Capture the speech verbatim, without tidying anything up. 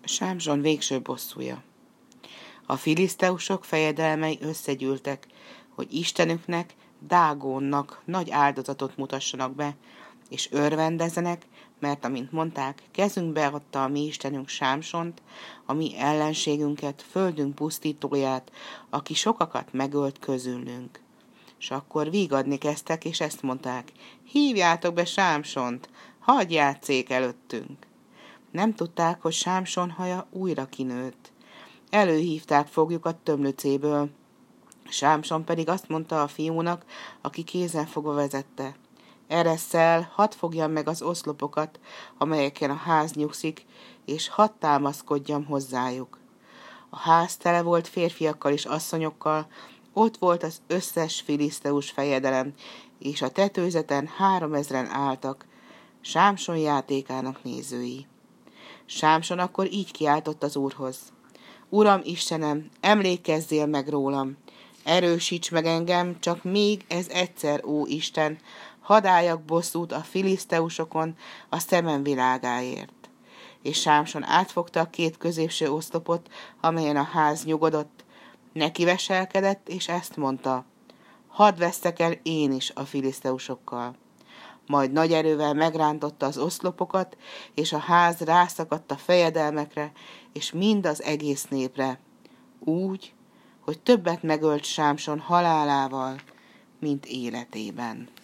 Sámson végső bosszúja. A filiszteusok fejedelmei összegyűltek, hogy istenüknek, Dágónnak nagy áldozatot mutassanak be, és örvendezzenek, mert amint mondták, kezünkbe adta a mi istenünk Sámsont, a mi ellenségünket, földünk pusztítóját, aki sokakat megölt közülünk. És akkor vígadni kezdtek, és ezt mondták: hívjátok be Sámsont, hadd játsszék előttünk. Nem tudták, hogy Sámson haja újra kinőtt. Előhívták fogjukat tömlöcéből. Sámson pedig azt mondta a fiúnak, aki kézen fogva vezette: eresszel, hadd fogjam meg az oszlopokat, amelyeken a ház nyugszik, és hadd támaszkodjam hozzájuk. A ház tele volt férfiakkal és asszonyokkal, ott volt az összes filiszteus fejedelem, és a tetőzeten háromezren álltak, Sámson játékának nézői. Sámson akkor így kiáltott az Úrhoz: Uram Istenem, emlékezzél meg rólam, erősíts meg engem, csak még ez egyszer, ó Isten, hadd álljak bosszút a filiszteusokon a szemem világáért. És Sámson átfogta a két középső oszlopot, amelyen a ház nyugodott, neki veselkedett, és ezt mondta: hadd vesztek el én is a filiszteusokkal. Majd nagy erővel megrántotta az oszlopokat, és a ház rászakadt a fejedelmekre, és mind az egész népre, úgy, hogy többet megölt Sámson halálával, mint életében.